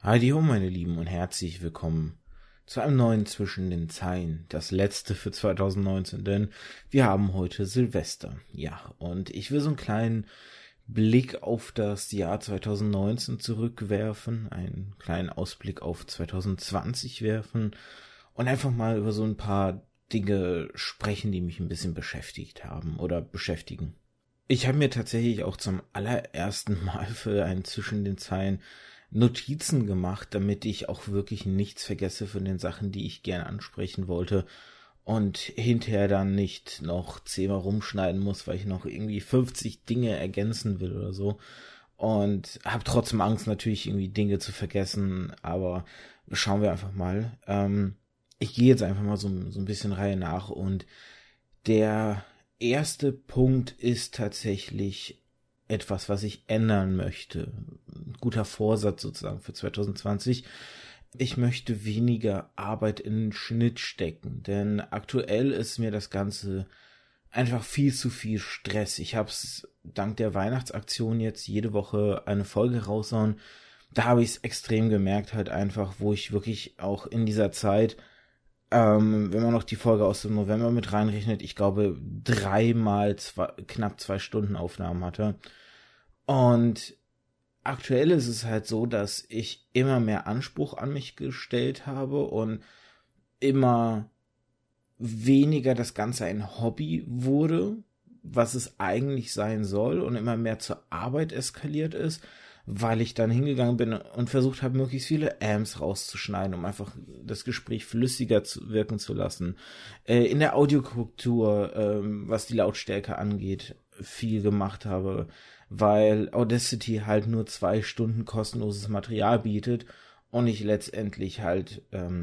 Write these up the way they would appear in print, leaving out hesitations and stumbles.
Heidio, meine Lieben, und herzlich willkommen zu einem neuen Zwischen den Zeilen, das letzte für 2019, denn wir haben heute Silvester. Ja, und ich will so einen kleinen Blick auf das Jahr 2019 zurückwerfen, einen kleinen Ausblick auf 2020 werfen und einfach mal über so ein paar Dinge sprechen, die mich ein bisschen beschäftigt haben oder beschäftigen. Ich habe mir tatsächlich auch zum allerersten Mal für ein Zwischen den Zeilen Notizen gemacht, damit ich auch wirklich nichts vergesse von den Sachen, die ich gerne ansprechen wollte und hinterher dann nicht noch 10-mal rumschneiden muss, weil ich noch irgendwie 50 Dinge ergänzen will oder so, und habe trotzdem Angst, natürlich irgendwie Dinge zu vergessen, aber schauen wir einfach mal. Ich gehe jetzt einfach mal so ein bisschen Reihe nach, und der erste Punkt ist tatsächlich etwas, was ich ändern möchte. Ein guter Vorsatz sozusagen für 2020. Ich möchte weniger Arbeit in den Schnitt stecken, denn aktuell ist mir das Ganze einfach viel zu viel Stress. Ich habe es dank der Weihnachtsaktion jetzt jede Woche eine Folge raushauen. Da habe ich es extrem gemerkt, halt einfach, wo ich wirklich auch in dieser Zeit, wenn man noch die Folge aus dem November mit reinrechnet, ich glaube 3-mal knapp 2 Stunden Aufnahmen hatte. Und aktuell ist es halt so, dass ich immer mehr Anspruch an mich gestellt habe und immer weniger das Ganze ein Hobby wurde, was es eigentlich sein soll, und immer mehr zur Arbeit eskaliert ist, weil ich dann hingegangen bin und versucht habe, möglichst viele Amps rauszuschneiden, um einfach das Gespräch flüssiger wirken zu lassen. In der Audiokorrektur, was die Lautstärke angeht, viel gemacht habe, weil Audacity halt nur 2 Stunden kostenloses Material bietet und ich letztendlich halt,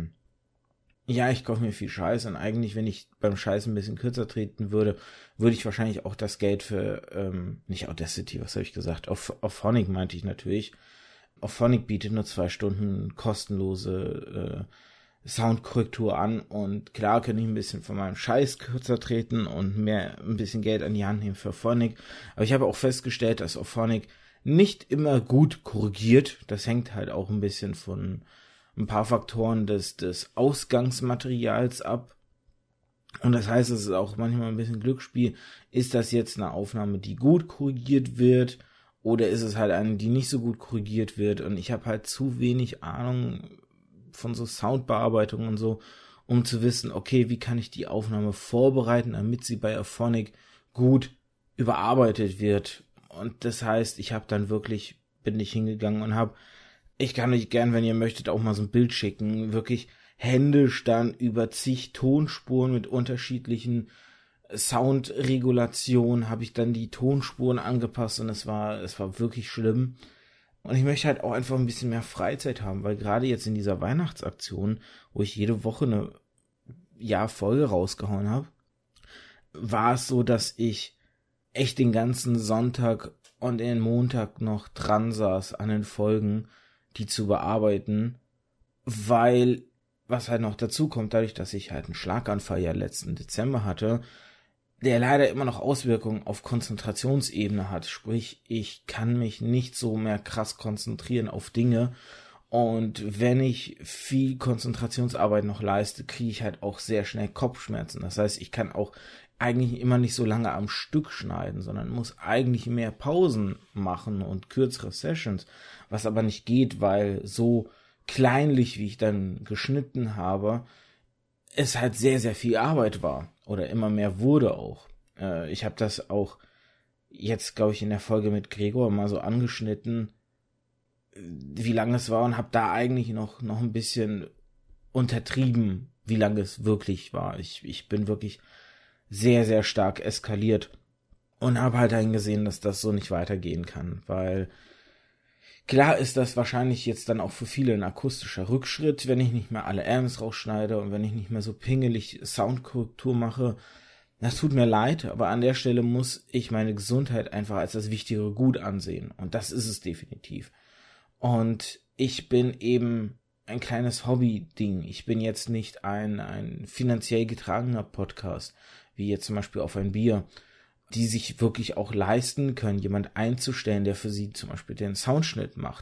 ich kaufe mir viel Scheiß, und eigentlich, wenn ich beim Scheiß ein bisschen kürzer treten würde, würde ich wahrscheinlich auch das Geld für, nicht Audacity, was habe ich gesagt, Auphonic meinte ich natürlich. Auphonic bietet nur 2 Stunden kostenlose Soundkorrektur an, und klar kann ich ein bisschen von meinem Scheiß kürzer treten und ein bisschen Geld an die Hand nehmen für Auphonic, aber ich habe auch festgestellt, dass Auphonic nicht immer gut korrigiert. Das hängt halt auch ein bisschen von ein paar Faktoren des Ausgangsmaterials ab. Und das heißt, es ist auch manchmal ein bisschen Glücksspiel. Ist das jetzt eine Aufnahme, die gut korrigiert wird, oder ist es halt eine, die nicht so gut korrigiert wird? Und ich habe halt zu wenig Ahnung von so Soundbearbeitung und so, um zu wissen, okay, wie kann ich die Aufnahme vorbereiten, damit sie bei Auphonic gut überarbeitet wird. Und das heißt, bin ich hingegangen und ich kann euch gern, wenn ihr möchtet, auch mal so ein Bild schicken, wirklich händisch dann über zig Tonspuren mit unterschiedlichen Soundregulationen habe ich dann die Tonspuren angepasst, und es war wirklich schlimm. Und ich möchte halt auch einfach ein bisschen mehr Freizeit haben, weil gerade jetzt in dieser Weihnachtsaktion, wo ich jede Woche eine Folge rausgehauen habe, war es so, dass ich echt den ganzen Sonntag und den Montag noch dran saß an den Folgen, die zu bearbeiten, weil, was halt noch dazu kommt, dadurch, dass ich halt einen Schlaganfall ja letzten Dezember hatte, der leider immer noch Auswirkungen auf Konzentrationsebene hat, sprich, ich kann mich nicht so mehr krass konzentrieren auf Dinge, und wenn ich viel Konzentrationsarbeit noch leiste, kriege ich halt auch sehr schnell Kopfschmerzen. Das heißt, ich kann auch eigentlich immer nicht so lange am Stück schneiden, sondern muss eigentlich mehr Pausen machen und kürzere Sessions, was aber nicht geht, weil so kleinlich, wie ich dann geschnitten habe, es halt sehr, sehr viel Arbeit war oder immer mehr wurde auch. Ich habe das auch jetzt, glaube ich, in der Folge mit Gregor mal so angeschnitten, wie lange es war, und habe da eigentlich noch ein bisschen untertrieben, wie lange es wirklich war. Ich bin wirklich sehr, sehr stark eskaliert und habe halt eingesehen, dass das so nicht weitergehen kann, weil klar ist das wahrscheinlich jetzt dann auch für viele ein akustischer Rückschritt, wenn ich nicht mehr alle Amps rausschneide und wenn ich nicht mehr so pingelig Soundkorrektur mache. Das tut mir leid, aber an der Stelle muss ich meine Gesundheit einfach als das wichtigere Gut ansehen, und das ist es definitiv. Und ich bin eben ein kleines Hobby-Ding. Ich bin jetzt nicht ein finanziell getragener Podcast, wie jetzt zum Beispiel auf ein Bier, die sich wirklich auch leisten können, jemand einzustellen, der für sie zum Beispiel den Soundschnitt macht.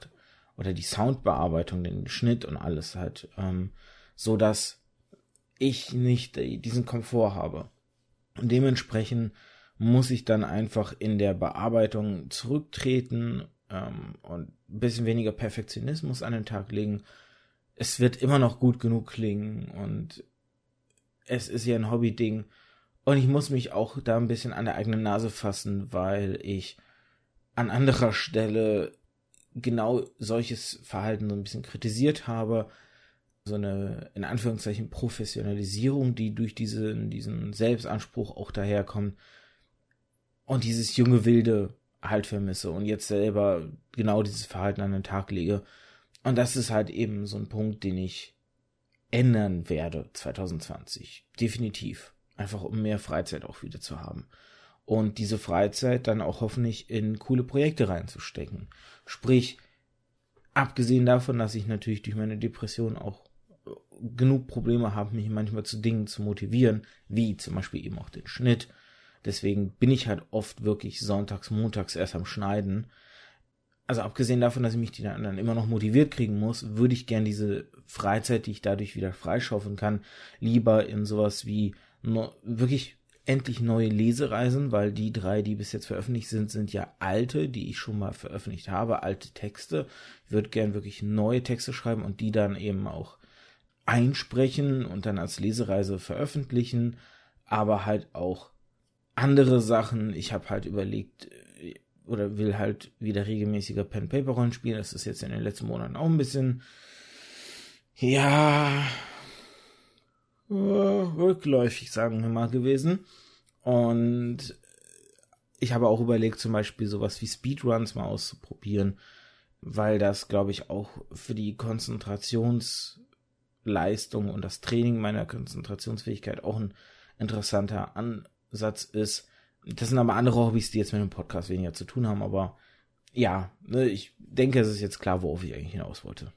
oder die Soundbearbeitung, den Schnitt und alles halt, so dass ich nicht diesen Komfort habe. Und dementsprechend muss ich dann einfach in der Bearbeitung zurücktreten und ein bisschen weniger Perfektionismus an den Tag legen. Es wird immer noch gut genug klingen und es ist ja ein Hobby-Ding. Und ich muss mich auch da ein bisschen an der eigenen Nase fassen, weil ich an anderer Stelle genau solches Verhalten so ein bisschen kritisiert habe. So eine, in Anführungszeichen, Professionalisierung, die durch diesen Selbstanspruch auch daherkommt. Und dieses junge Wilde halt vermisse und jetzt selber genau dieses Verhalten an den Tag lege. Und das ist halt eben so ein Punkt, den ich ändern werde 2020. Definitiv. Einfach um mehr Freizeit auch wieder zu haben. Und diese Freizeit dann auch hoffentlich in coole Projekte reinzustecken. Sprich, abgesehen davon, dass ich natürlich durch meine Depression auch genug Probleme habe, mich manchmal zu Dingen zu motivieren, wie zum Beispiel eben auch den Schnitt. Deswegen bin ich halt oft wirklich sonntags, montags erst am Schneiden. Also abgesehen davon, dass ich mich dann immer noch motiviert kriegen muss, würde ich gern diese Freizeit, die ich dadurch wieder freischaufeln kann, lieber in sowas wie wirklich endlich neue Lesereisen, weil die 3, die bis jetzt veröffentlicht sind ja alte, die ich schon mal veröffentlicht habe, alte Texte. Ich würde gern wirklich neue Texte schreiben und die dann eben auch einsprechen und dann als Lesereise veröffentlichen, aber halt auch andere Sachen. Ich habe halt überlegt oder will halt wieder regelmäßiger Pen-Paper-Rollen spielen. Das ist jetzt in den letzten Monaten auch ein bisschen, ja, rückläufig, sagen wir mal, gewesen. Und ich habe auch überlegt, zum Beispiel sowas wie Speedruns mal auszuprobieren, weil das, glaube ich, auch für die Konzentrationsleistung und das Training meiner Konzentrationsfähigkeit auch ein interessanter Ansatz ist. Das sind aber andere Hobbys, die jetzt mit dem Podcast weniger zu tun haben, aber ja, ne, ich denke, es ist jetzt klar, worauf ich eigentlich hinaus wollte.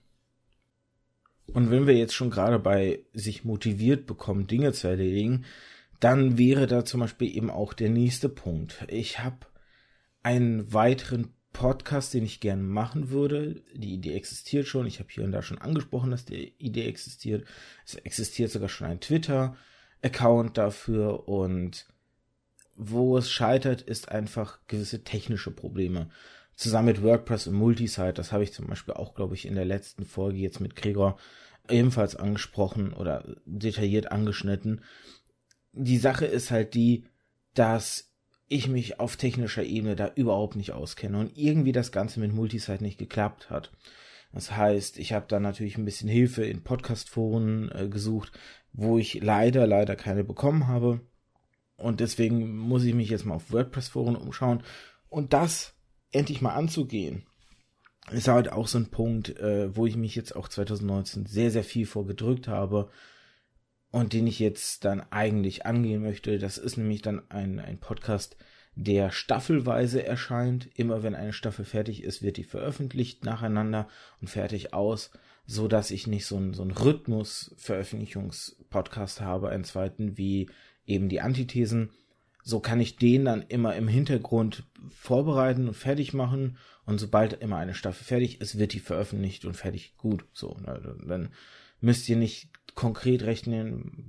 Und wenn wir jetzt schon gerade bei sich motiviert bekommen, Dinge zu erledigen, dann wäre da zum Beispiel eben auch der nächste Punkt. Ich habe einen weiteren Podcast, den ich gerne machen würde. Die Idee existiert schon. Ich habe hier und da schon angesprochen, dass die Idee existiert. Es existiert sogar schon ein Twitter-Account dafür. Und wo es scheitert, ist einfach gewisse technische Probleme. Zusammen mit WordPress und Multisite, das habe ich zum Beispiel auch, glaube ich, in der letzten Folge jetzt mit Gregor ebenfalls angesprochen oder detailliert angeschnitten. Die Sache ist halt die, dass ich mich auf technischer Ebene da überhaupt nicht auskenne und irgendwie das Ganze mit Multisite nicht geklappt hat. Das heißt, ich habe da natürlich ein bisschen Hilfe in Podcast-Foren gesucht, wo ich leider keine bekommen habe. Und deswegen muss ich mich jetzt mal auf WordPress-Foren umschauen. Und das endlich mal anzugehen, ist halt auch so ein Punkt, wo ich mich jetzt auch 2019 sehr, sehr viel vorgedrückt habe und den ich jetzt dann eigentlich angehen möchte. Das ist nämlich dann ein Podcast, der staffelweise erscheint. Immer wenn eine Staffel fertig ist, wird die veröffentlicht nacheinander und fertig aus, so dass ich nicht so einen Rhythmus-Veröffentlichungspodcast habe, einen zweiten wie eben die Antithesen. So kann ich den dann immer im Hintergrund vorbereiten und fertig machen. Und sobald immer eine Staffel fertig ist, wird die veröffentlicht und fertig. Gut, so. Dann müsst ihr nicht konkret rechnen,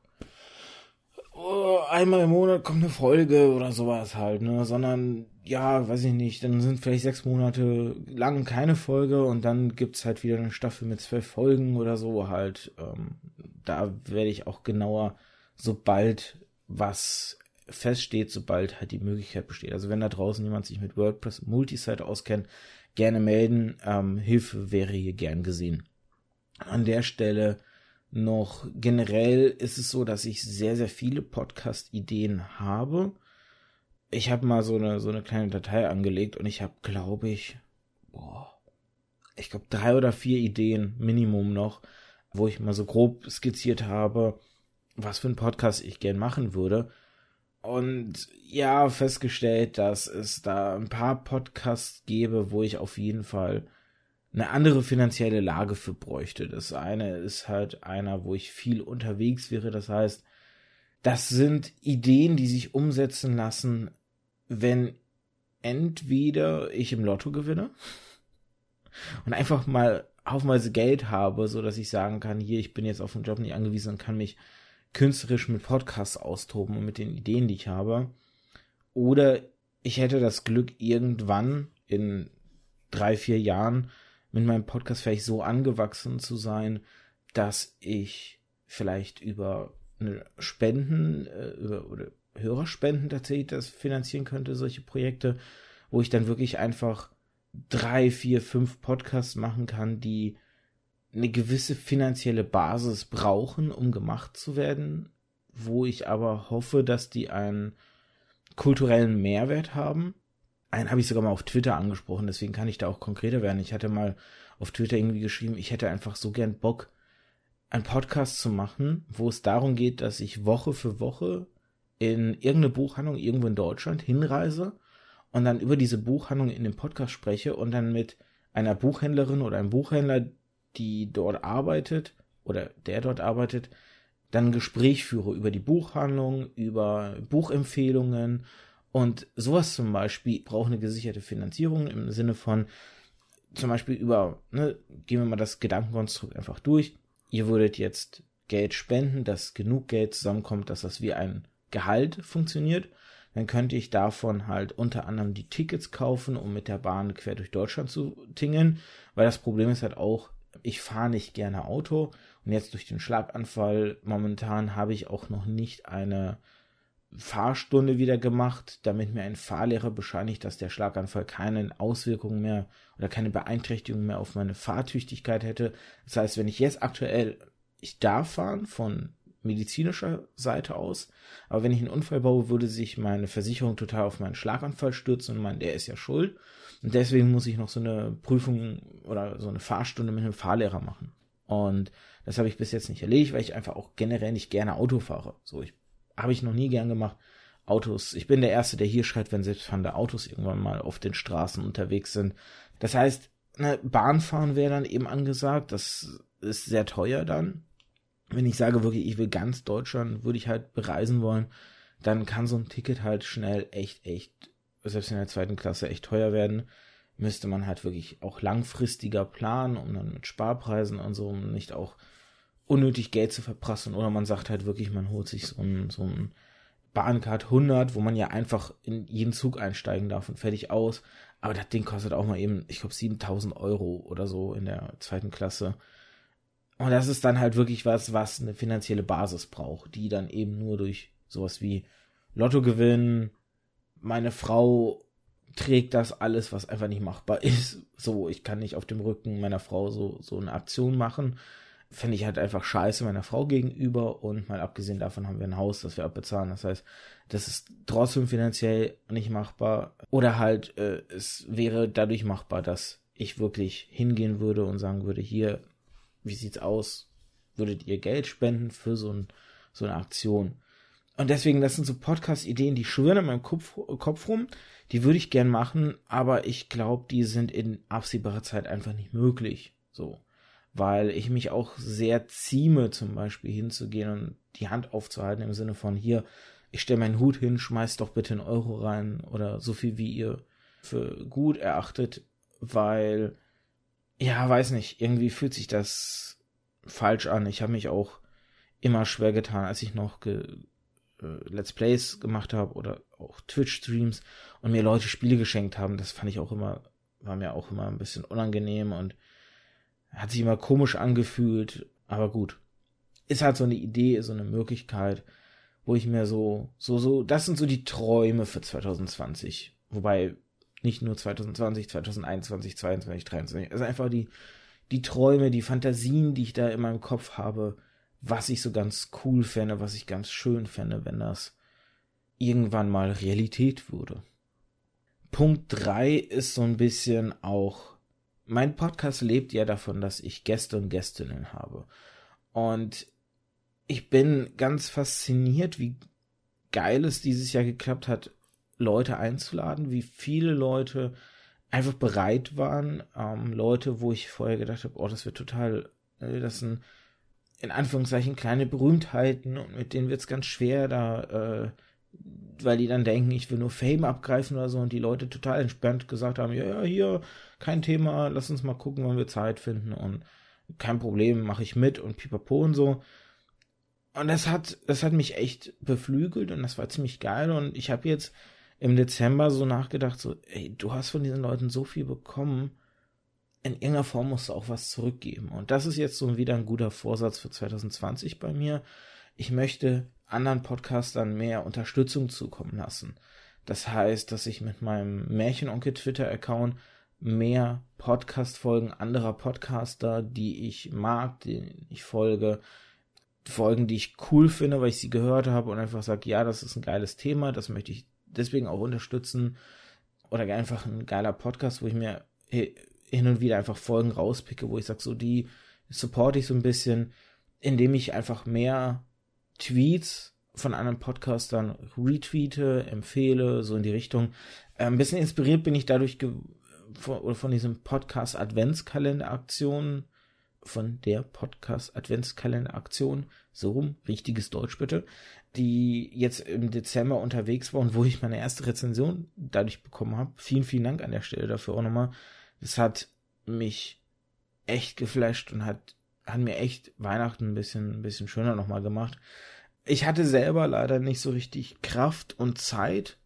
einmal im Monat kommt eine Folge oder sowas halt, ne, sondern, ja, weiß ich nicht, dann sind vielleicht 6 Monate lang keine Folge und dann gibt's halt wieder eine Staffel mit 12 Folgen oder so halt. Da werde ich auch genauer, sobald was feststeht, sobald halt die Möglichkeit besteht. Also wenn da draußen jemand sich mit WordPress und Multisite auskennt, gerne melden. Hilfe wäre hier gern gesehen. An der Stelle noch generell ist es so, dass ich sehr, sehr viele Podcast-Ideen habe. Ich habe mal so eine kleine Datei angelegt und ich habe, glaube ich, 3 oder 4 Ideen Minimum noch, wo ich mal so grob skizziert habe, was für einen Podcast ich gern machen würde. Und ja, festgestellt, dass es da ein paar Podcasts gäbe, wo ich auf jeden Fall eine andere finanzielle Lage für bräuchte. Das eine ist halt einer, wo ich viel unterwegs wäre. Das heißt, das sind Ideen, die sich umsetzen lassen, wenn entweder ich im Lotto gewinne und einfach mal haufenweise Geld habe, so dass ich sagen kann, hier, ich bin jetzt auf den Job nicht angewiesen und kann mich künstlerisch mit Podcasts austoben und mit den Ideen, die ich habe. Oder ich hätte das Glück, irgendwann in 3-4 Jahren mit meinem Podcast vielleicht so angewachsen zu sein, dass ich vielleicht über eine Spenden, oder Hörerspenden tatsächlich das finanzieren könnte, solche Projekte, wo ich dann wirklich einfach 3, 4, 5 Podcasts machen kann, die eine gewisse finanzielle Basis brauchen, um gemacht zu werden, wo ich aber hoffe, dass die einen kulturellen Mehrwert haben. Einen habe ich sogar mal auf Twitter angesprochen, deswegen kann ich da auch konkreter werden. Ich hatte mal auf Twitter irgendwie geschrieben, ich hätte einfach so gern Bock, einen Podcast zu machen, wo es darum geht, dass ich Woche für Woche in irgendeine Buchhandlung irgendwo in Deutschland hinreise und dann über diese Buchhandlung in dem Podcast spreche und dann mit einer Buchhändlerin oder einem Buchhändler, die dort arbeitet oder der dort arbeitet, dann ein Gespräch führe über die Buchhandlung, über Buchempfehlungen und sowas zum Beispiel braucht eine gesicherte Finanzierung im Sinne von zum Beispiel über, gehen wir mal das Gedankenkonstrukt einfach durch. Ihr würdet jetzt Geld spenden, dass genug Geld zusammenkommt, dass das wie ein Gehalt funktioniert. Dann könnte ich davon halt unter anderem die Tickets kaufen, um mit der Bahn quer durch Deutschland zu tingeln, weil das Problem ist halt auch, ich fahre nicht gerne Auto und jetzt durch den Schlaganfall momentan habe ich auch noch nicht eine Fahrstunde wieder gemacht, damit mir ein Fahrlehrer bescheinigt, dass der Schlaganfall keine Auswirkungen mehr oder keine Beeinträchtigung mehr auf meine Fahrtüchtigkeit hätte. Das heißt, wenn ich jetzt aktuell, ich darf fahren von medizinischer Seite aus, aber wenn ich einen Unfall baue, würde sich meine Versicherung total auf meinen Schlaganfall stürzen und meinen, der ist ja schuld. Und deswegen muss ich noch so eine Prüfung oder so eine Fahrstunde mit einem Fahrlehrer machen. Und das habe ich bis jetzt nicht erledigt, weil ich einfach auch generell nicht gerne Auto fahre. Habe ich noch nie gern gemacht. Autos, ich bin der Erste, der hier schreit, wenn selbstfahrende Autos irgendwann mal auf den Straßen unterwegs sind. Das heißt, Bahnfahren wäre dann eben angesagt. Das ist sehr teuer dann. Wenn ich sage wirklich, ich will ganz Deutschland, würde ich halt bereisen wollen, dann kann so ein Ticket halt schnell echt, selbst in der 2. Klasse echt teuer werden. Müsste man halt wirklich auch langfristiger planen, um dann mit Sparpreisen und so, um nicht auch unnötig Geld zu verprassen. Oder man sagt halt wirklich, man holt sich so ein Bahncard 100, wo man ja einfach in jeden Zug einsteigen darf und fertig aus. Aber das Ding kostet auch mal eben, ich glaube, 7.000 € oder so in der 2. Klasse. Und das ist dann halt wirklich was eine finanzielle Basis braucht, die dann eben nur durch sowas wie Lottogewinn, meine Frau trägt das alles, was einfach nicht machbar ist. So, ich kann nicht auf dem Rücken meiner Frau so eine Aktion machen. Fände ich halt einfach scheiße meiner Frau gegenüber und mal abgesehen davon haben wir ein Haus, das wir abbezahlen. Das heißt, das ist trotzdem finanziell nicht machbar. Oder halt, es wäre dadurch machbar, dass ich wirklich hingehen würde und sagen würde, hier, wie sieht's aus? Würdet ihr Geld spenden für so eine Aktion? Und deswegen, das sind so Podcast-Ideen, die schwirren in meinem Kopf rum. Die würde ich gern machen, aber ich glaube, die sind in absehbarer Zeit einfach nicht möglich. So. Weil ich mich auch sehr zieme, zum Beispiel hinzugehen und die Hand aufzuhalten im Sinne von, hier, ich stelle meinen Hut hin, schmeißt doch bitte 1 € rein oder so viel, wie ihr für gut erachtet, weil ja, weiß nicht, irgendwie fühlt sich das falsch an. Ich habe mich auch immer schwer getan, als ich noch Let's Plays gemacht habe oder auch Twitch-Streams und mir Leute Spiele geschenkt haben. Das fand ich auch immer, war mir auch immer ein bisschen unangenehm und hat sich immer komisch angefühlt. Aber gut, ist halt so eine Idee, so eine Möglichkeit, wo ich mir so, das sind so die Träume für 2020. Wobei nicht nur 2020, 2021, 2022, 2023. Also einfach die Träume, die Fantasien, die ich da in meinem Kopf habe, was ich so ganz cool fände, was ich ganz schön fände, wenn das irgendwann mal Realität würde. Punkt 3 ist so ein bisschen auch, mein Podcast lebt ja davon, dass ich Gäste und Gästinnen habe. Und ich bin ganz fasziniert, wie geil es dieses Jahr geklappt hat, Leute einzuladen, wie viele Leute einfach bereit waren, Leute, wo ich vorher gedacht habe, oh, das wird total, das sind in Anführungszeichen kleine Berühmtheiten und mit denen wird es ganz schwer, da weil die dann denken, ich will nur Fame abgreifen oder so und die Leute total entspannt gesagt haben, ja, hier, kein Thema, lass uns mal gucken, wann wir Zeit finden und kein Problem, mache ich mit und pipapo und so. Und das hat mich echt beflügelt und das war ziemlich geil und ich habe jetzt im Dezember so nachgedacht, so, ey, du hast von diesen Leuten so viel bekommen, in irgendeiner Form musst du auch was zurückgeben. Und das ist jetzt so wieder ein guter Vorsatz für 2020 bei mir. Ich möchte anderen Podcastern mehr Unterstützung zukommen lassen. Das heißt, dass ich mit meinem Märchenonkel-Twitter-Account mehr Podcast-Folgen anderer Podcaster, die ich mag, denen ich folge, Folgen, die ich cool finde, weil ich sie gehört habe und einfach sage, ja, das ist ein geiles Thema, das möchte ich deswegen auch unterstützen. Oder einfach ein geiler Podcast, wo ich mir hin und wieder einfach Folgen rauspicke, wo ich sage, so die supporte ich so ein bisschen, indem ich einfach mehr Tweets von anderen Podcastern retweete, empfehle, so in die Richtung. Ein bisschen inspiriert bin ich dadurch von diesem Podcast Adventskalender-Aktion, von der Podcast Adventskalender-Aktion, so rum, richtiges Deutsch bitte, die jetzt im Dezember unterwegs war und wo ich meine erste Rezension dadurch bekommen habe. Vielen, vielen Dank an der Stelle dafür auch nochmal. Es hat mich echt geflasht und hat mir echt Weihnachten ein bisschen schöner nochmal gemacht. Ich hatte selber leider nicht so richtig Kraft und Zeit,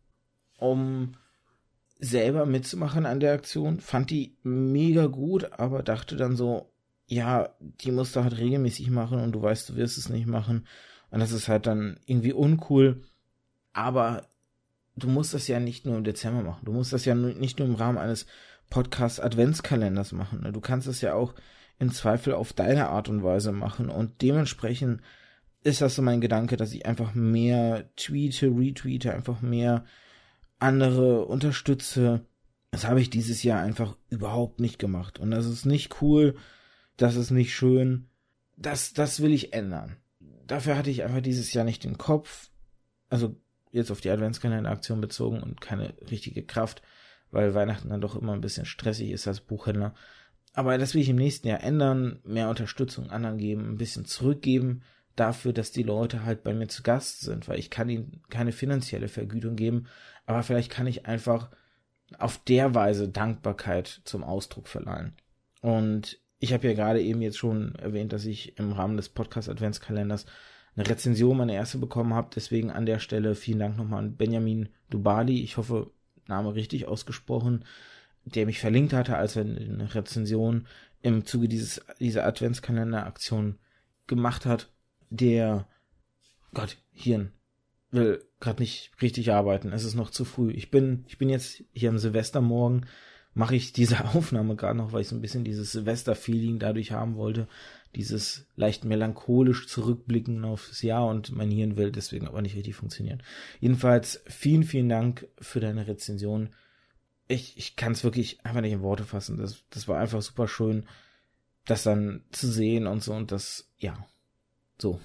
um selber mitzumachen an der Aktion. Fand die mega gut, aber dachte dann so, ja, die musst du halt regelmäßig machen und du weißt, du wirst es nicht machen. Und das ist halt dann irgendwie uncool. Aber du musst das ja nicht nur im Dezember machen. Du musst das ja nicht nur im Rahmen eines Podcast-Adventskalenders machen. Du kannst es ja auch im Zweifel auf deine Art und Weise machen. Und dementsprechend ist das so mein Gedanke, dass ich einfach mehr retweete, einfach mehr andere unterstütze. Das habe ich dieses Jahr einfach überhaupt nicht gemacht. Und das ist nicht cool. Das ist nicht schön. Das will ich ändern. Dafür hatte ich einfach dieses Jahr nicht den Kopf. Also jetzt auf die Adventskalender-Aktion bezogen und keine richtige Kraft, weil Weihnachten dann doch immer ein bisschen stressig ist als Buchhändler. Aber das will ich im nächsten Jahr ändern, mehr Unterstützung anderen geben, ein bisschen zurückgeben dafür, dass die Leute halt bei mir zu Gast sind, weil ich kann ihnen keine finanzielle Vergütung geben, aber vielleicht kann ich einfach auf der Weise Dankbarkeit zum Ausdruck verleihen. Und ich habe ja gerade eben jetzt schon erwähnt, dass ich im Rahmen des Podcast-Adventskalenders eine Rezension, meine erste, bekommen habe. Deswegen an der Stelle vielen Dank nochmal an Benjamin Dubali. Ich hoffe, Name richtig ausgesprochen, der mich verlinkt hatte, als er eine Rezension im Zuge dieser Adventskalender-Aktion gemacht hat. Der, Gott, Hirn, will gerade nicht richtig arbeiten. Es ist noch zu früh. Ich bin jetzt hier am Silvestermorgen, mache ich diese Aufnahme gerade noch, weil ich so ein bisschen dieses Silvester-Feeling dadurch haben wollte, dieses leicht melancholisch zurückblicken aufs Jahr und mein Hirn will deswegen aber nicht richtig funktionieren. Jedenfalls vielen, vielen Dank für deine Rezension. Ich kann es wirklich einfach nicht in Worte fassen. Das war einfach super schön, das dann zu sehen und so und das, ja, so.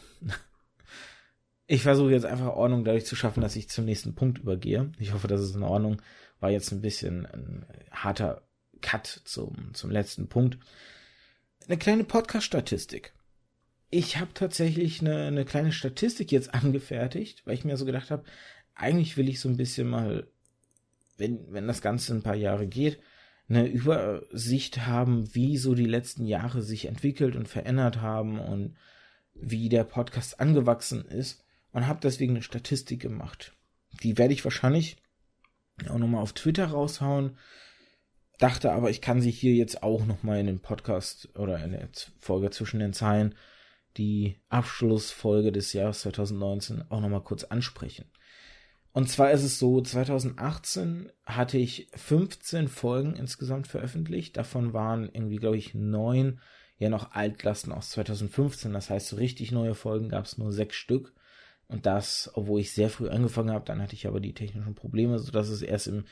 Ich versuche jetzt einfach Ordnung dadurch zu schaffen, dass ich zum nächsten Punkt übergehe. Ich hoffe, das ist in Ordnung. War jetzt ein bisschen ein harter Cut zum letzten Punkt. Eine kleine Podcast-Statistik. Ich habe tatsächlich eine kleine Statistik jetzt angefertigt, weil ich mir so gedacht habe, eigentlich will ich so ein bisschen mal, wenn das Ganze ein paar Jahre geht, eine Übersicht haben, wie so die letzten Jahre sich entwickelt und verändert haben und wie der Podcast angewachsen ist. Und habe deswegen eine Statistik gemacht. Die werde ich wahrscheinlich auch nochmal auf Twitter raushauen. Dachte aber, ich kann sie hier jetzt auch nochmal in den Podcast oder in der Folge zwischen den Zeilen, die Abschlussfolge des Jahres 2019, auch nochmal kurz ansprechen. Und zwar ist es so, 2018 hatte ich 15 Folgen insgesamt veröffentlicht. Davon waren irgendwie, glaube ich, 9 ja noch Altlasten aus 2015. Das heißt, so richtig neue Folgen gab es nur 6 Stück. Und das, obwohl ich sehr früh angefangen habe, dann hatte ich aber die technischen Probleme, sodass es erst im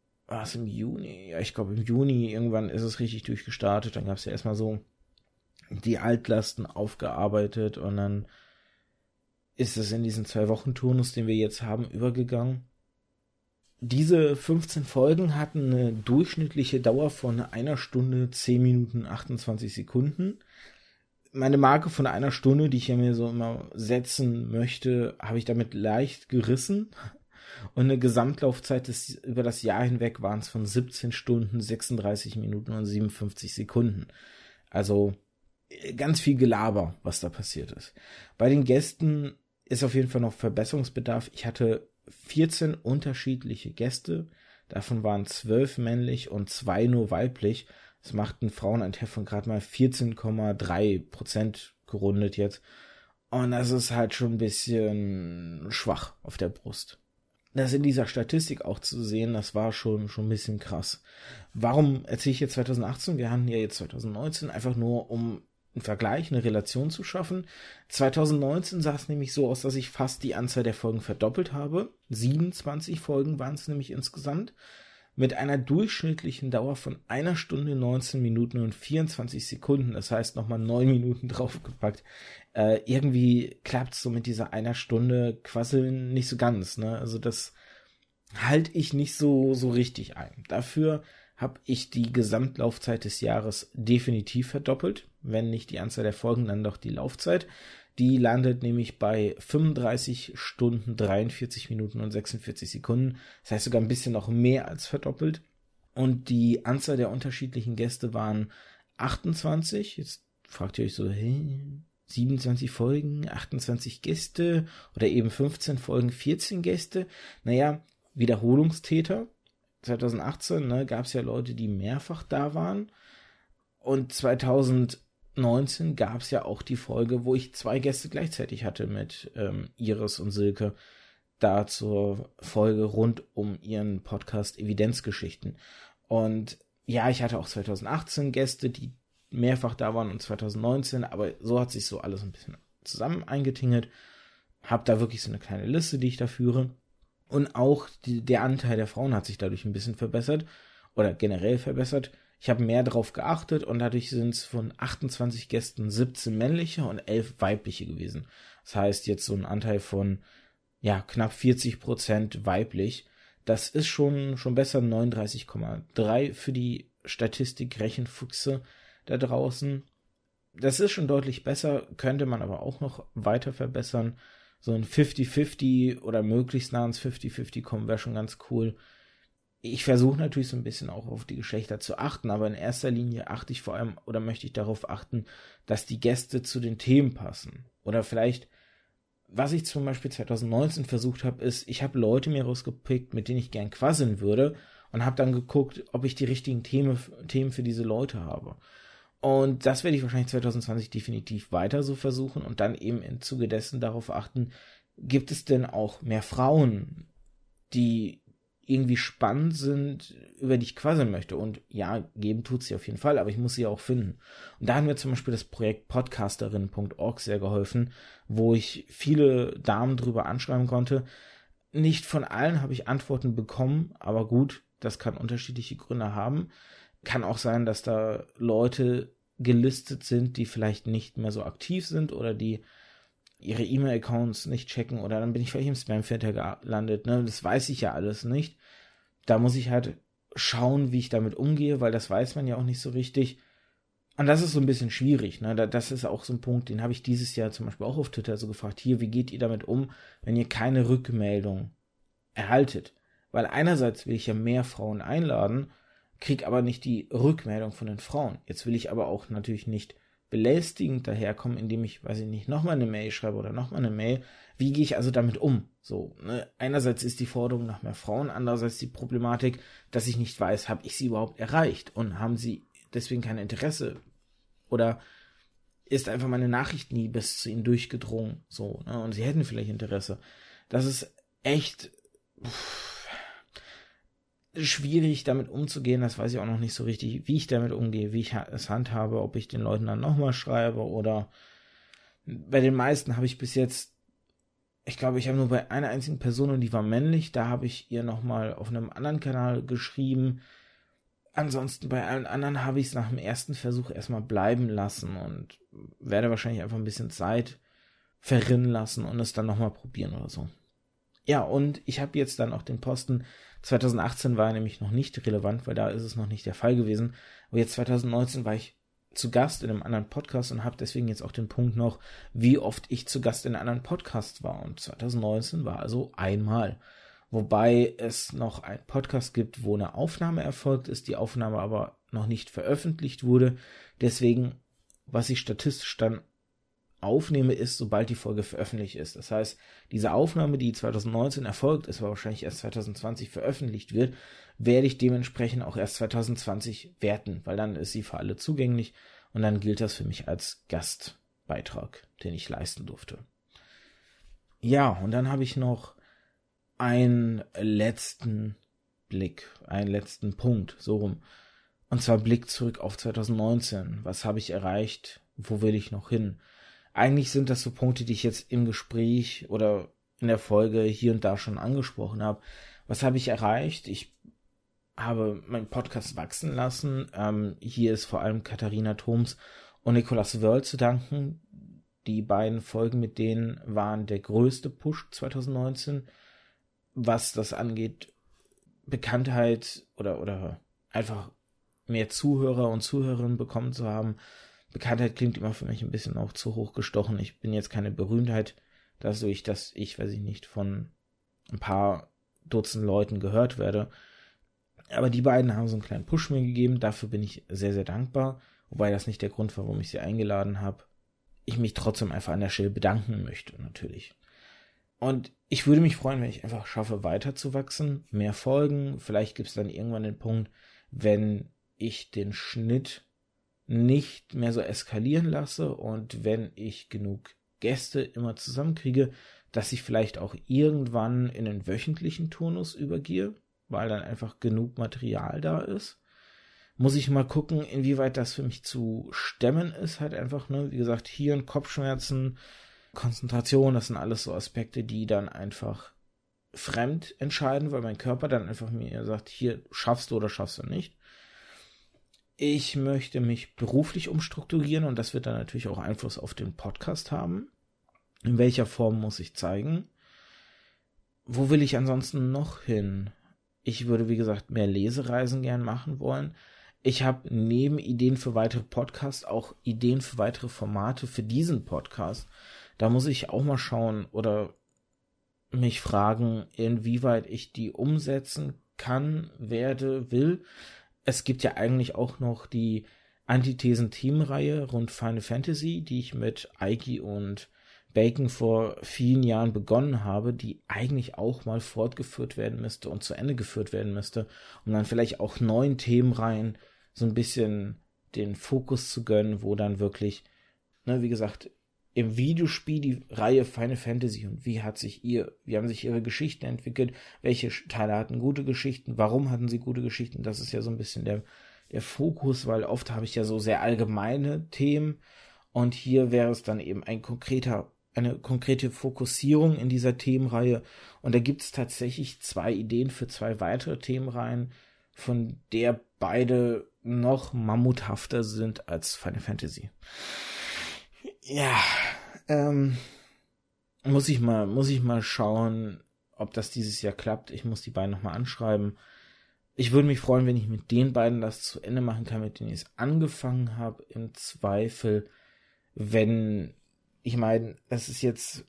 Juni? Ja, ich glaube im Juni irgendwann ist es richtig durchgestartet. Dann gab es ja erstmal so die Altlasten aufgearbeitet und dann ist es in diesen 2-Wochen-Turnus, den wir jetzt haben, übergegangen. Diese 15 Folgen hatten eine durchschnittliche Dauer von 1 Stunde, 10 Minuten, 28 Sekunden. Meine Marke von 1 Stunde, die ich ja mir so immer setzen möchte, habe ich damit leicht gerissen. Und eine Gesamtlaufzeit über das Jahr hinweg waren es von 17 Stunden, 36 Minuten und 57 Sekunden. Also ganz viel Gelaber, was da passiert ist. Bei den Gästen ist auf jeden Fall noch Verbesserungsbedarf. Ich hatte 14 unterschiedliche Gäste. Davon waren 12 männlich und 2 nur weiblich. Das macht einen Frauenanteil von gerade mal 14,3% gerundet jetzt. Und das ist halt schon ein bisschen schwach auf der Brust. Das in dieser Statistik auch zu sehen, das war schon ein bisschen krass. Warum erzähle ich jetzt 2018? Wir haben ja jetzt 2019, einfach nur um einen Vergleich, eine Relation zu schaffen. 2019 sah es nämlich so aus, dass ich fast die Anzahl der Folgen verdoppelt habe. 27 Folgen waren es nämlich insgesamt. Mit einer durchschnittlichen Dauer von 1 Stunde, 19 Minuten und 24 Sekunden. Das heißt, nochmal 9 Minuten draufgepackt. Irgendwie klappt es so mit dieser 1 Stunde Quasseln nicht so ganz, ne? Also das halte ich nicht so richtig ein. Dafür habe ich die Gesamtlaufzeit des Jahres definitiv verdoppelt. Wenn nicht die Anzahl der Folgen, dann doch die Laufzeit. Die landet nämlich bei 35 Stunden, 43 Minuten und 46 Sekunden. Das heißt sogar ein bisschen noch mehr als verdoppelt. Und die Anzahl der unterschiedlichen Gäste waren 28. Jetzt fragt ihr euch so, 27 Folgen, 28 Gäste oder eben 15 Folgen, 14 Gäste. Naja, Wiederholungstäter. 2018 gab es ja Leute, die mehrfach da waren. Und 2019 gab es ja auch die Folge, wo ich 2 Gäste gleichzeitig hatte mit Iris und Silke, da zur Folge rund um ihren Podcast Evidenzgeschichten. Und ja, ich hatte auch 2018 Gäste, die mehrfach da waren und 2019, aber so hat sich so alles ein bisschen zusammen eingetingelt. Hab da wirklich so eine kleine Liste, die ich da führe. Und auch der Anteil der Frauen hat sich dadurch ein bisschen verbessert oder generell verbessert. Ich habe mehr drauf geachtet und dadurch sind es von 28 Gästen 17 männliche und 11 weibliche gewesen. Das heißt jetzt so ein Anteil von knapp 40% weiblich. Das ist schon besser, 39,3 für die Statistik-Rechenfüchse da draußen. Das ist schon deutlich besser, könnte man aber auch noch weiter verbessern. So ein 50-50 oder möglichst nah ans 50-50 kommen wäre schon ganz cool. Ich versuche natürlich so ein bisschen auch auf die Geschlechter zu achten, aber in erster Linie achte ich vor allem oder möchte ich darauf achten, dass die Gäste zu den Themen passen. Oder vielleicht, was ich zum Beispiel 2019 versucht habe, ist, ich habe Leute mir rausgepickt, mit denen ich gern quasseln würde und habe dann geguckt, ob ich die richtigen Themen für diese Leute habe. Und das werde ich wahrscheinlich 2020 definitiv weiter so versuchen und dann eben im Zuge dessen darauf achten, gibt es denn auch mehr Frauen, die irgendwie spannend sind, über die ich quasseln möchte. Und ja, geben tut sie auf jeden Fall, aber ich muss sie auch finden. Und da hat mir zum Beispiel das Projekt podcasterin.org sehr geholfen, wo ich viele Damen drüber anschreiben konnte. Nicht von allen habe ich Antworten bekommen, aber gut, das kann unterschiedliche Gründe haben. Kann auch sein, dass da Leute gelistet sind, die vielleicht nicht mehr so aktiv sind oder die ihre E-Mail-Accounts nicht checken oder dann bin ich vielleicht im Spam-Filter gelandet. Ne? Das weiß ich ja alles nicht. Da muss ich halt schauen, wie ich damit umgehe, weil das weiß man ja auch nicht so richtig. Und das ist so ein bisschen schwierig. Ne? Das ist auch so ein Punkt, den habe ich dieses Jahr zum Beispiel auch auf Twitter so gefragt. Hier, wie geht ihr damit um, wenn ihr keine Rückmeldung erhaltet? Weil einerseits will ich ja mehr Frauen einladen, krieg aber nicht die Rückmeldung von den Frauen. Jetzt will ich aber auch natürlich nicht belästigend daherkommen, indem ich, nochmal eine Mail schreibe oder nochmal eine Mail. Wie gehe ich also damit um? So, ne? Einerseits ist die Forderung nach mehr Frauen, andererseits die Problematik, dass ich nicht weiß, habe ich sie überhaupt erreicht und haben sie deswegen kein Interesse? Oder ist einfach meine Nachricht nie bis zu ihnen durchgedrungen? So, ne? Und sie hätten vielleicht Interesse. Das ist echt schwierig, damit umzugehen, das weiß ich auch noch nicht so richtig, wie ich damit umgehe, wie ich es handhabe, ob ich den Leuten dann nochmal schreibe oder bei den meisten habe ich bis jetzt, ich glaube, ich habe nur bei einer einzigen Person und die war männlich, da habe ich ihr nochmal auf einem anderen Kanal geschrieben. Ansonsten bei allen anderen habe ich es nach dem ersten Versuch erstmal bleiben lassen und werde wahrscheinlich einfach ein bisschen Zeit verrinnen lassen und es dann nochmal probieren oder so. Ja, und ich habe jetzt dann auch den Posten, 2018 war er nämlich noch nicht relevant, weil da ist es noch nicht der Fall gewesen, aber jetzt 2019 war ich zu Gast in einem anderen Podcast und habe deswegen jetzt auch den Punkt noch, wie oft ich zu Gast in einem anderen Podcast war und 2019 war also einmal. wobei es noch einen Podcast gibt, wo eine Aufnahme erfolgt ist, die Aufnahme aber noch nicht veröffentlicht wurde. Deswegen, was ich statistisch dann aufnehme, ist, sobald die Folge veröffentlicht ist. Das heißt, diese Aufnahme, die 2019 erfolgt ist, aber wahrscheinlich erst 2020 veröffentlicht wird, werde ich dementsprechend auch erst 2020 werten, weil dann ist sie für alle zugänglich und dann gilt das für mich als Gastbeitrag, den ich leisten durfte. Ja, und dann habe ich noch einen letzten Blick, einen letzten Punkt, so rum. Und zwar Blick zurück auf 2019. Was habe ich erreicht? Wo will ich noch hin? Eigentlich sind das so Punkte, die ich jetzt im Gespräch oder in der Folge hier und da schon angesprochen habe. Was habe ich erreicht? Ich habe meinen Podcast wachsen lassen. Hier ist vor allem Katharina Thoms und Nicolas Wörl zu danken. Die beiden Folgen mit denen waren der größte Push 2019, was das angeht, Bekanntheit oder einfach mehr Zuhörer und Zuhörerinnen bekommen zu haben. Bekanntheit klingt immer für mich ein bisschen auch zu hoch gestochen. Ich bin jetzt keine Berühmtheit, dadurch, dass ich, weiß ich nicht, von ein paar Dutzend Leuten gehört werde. Aber die beiden haben so einen kleinen Push mir gegeben. Dafür bin ich sehr, sehr dankbar. Wobei das nicht der Grund war, warum ich sie eingeladen habe. Ich mich trotzdem einfach an der Stelle bedanken möchte, natürlich. Und ich würde mich freuen, wenn ich einfach schaffe, weiterzuwachsen. Mehr Folgen. Vielleicht gibt es dann irgendwann den Punkt, wenn ich den Schnitt nicht mehr so eskalieren lasse und wenn ich genug Gäste immer zusammenkriege, dass ich vielleicht auch irgendwann in den wöchentlichen Turnus übergehe, weil dann einfach genug Material da ist. Muss ich mal gucken, inwieweit das für mich zu stemmen ist, halt einfach, ne, wie gesagt, Hirn, Kopfschmerzen, Konzentration, das sind alles so Aspekte, die dann einfach fremd entscheiden, weil mein Körper dann einfach mir sagt, hier schaffst du oder schaffst du nicht. Ich möchte mich beruflich umstrukturieren und das wird dann natürlich auch Einfluss auf den Podcast haben. In welcher Form muss ich zeigen? Wo will ich ansonsten noch hin? Ich würde, wie gesagt, mehr Lesereisen gern machen wollen. Ich habe neben Ideen für weitere Podcasts auch Ideen für weitere Formate für diesen Podcast. Da muss ich auch mal schauen oder mich fragen, inwieweit ich die umsetzen kann, werde, will. Es gibt ja eigentlich auch noch die Antithesen-Themenreihe rund Final Fantasy, die ich mit Eiki und Bacon vor vielen Jahren begonnen habe, die eigentlich auch mal fortgeführt werden müsste und zu Ende geführt werden müsste, um dann vielleicht auch neuen Themenreihen so ein bisschen den Fokus zu gönnen, wo dann wirklich, ne, wie gesagt, im Videospiel die Reihe Final Fantasy und wie haben sich ihre Geschichten entwickelt, welche Teile hatten gute Geschichten, warum hatten sie gute Geschichten, das ist ja so ein bisschen der Fokus, weil oft habe ich ja so sehr allgemeine Themen und hier wäre es dann eben eine konkrete Fokussierung in dieser Themenreihe und da gibt es tatsächlich 2 Ideen für 2 weitere Themenreihen, von der beide noch mammuthafter sind als Final Fantasy. Ja, muss ich mal schauen, ob das dieses Jahr klappt. Ich muss die beiden nochmal anschreiben. Ich würde mich freuen, wenn ich mit den beiden das zu Ende machen kann, mit denen ich es angefangen habe. Im Zweifel, wenn, ich meine, das ist jetzt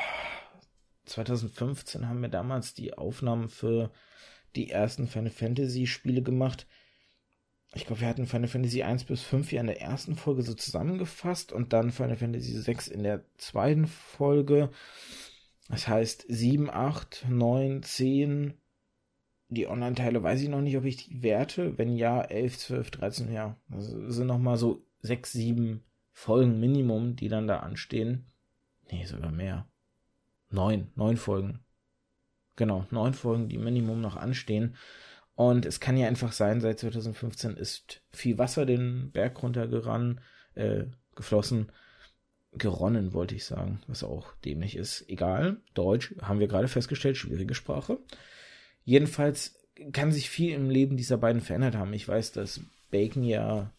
2015 haben wir damals die Aufnahmen für die ersten Final Fantasy Spiele gemacht. Ich glaube, wir hatten Final Fantasy 1 bis 5 ja in der ersten Folge so zusammengefasst und dann Final Fantasy 6 in der zweiten Folge. Das heißt 7, 8, 9, 10. Die Online-Teile weiß ich noch nicht, ob ich die werte. Wenn ja, 11, 12, 13, ja. Das sind nochmal so 6, 7 Folgen Minimum, die dann da anstehen. Nee, sogar mehr. 9 Folgen. Genau, 9 Folgen, die Minimum noch anstehen. Und es kann ja einfach sein, seit 2015 ist viel Wasser den Berg geflossen. Geronnen, wollte ich sagen, was auch dämlich ist. Egal, Deutsch, haben wir gerade festgestellt, schwierige Sprache. Jedenfalls kann sich viel im Leben dieser beiden verändert haben. Ich weiß, dass Bacon ja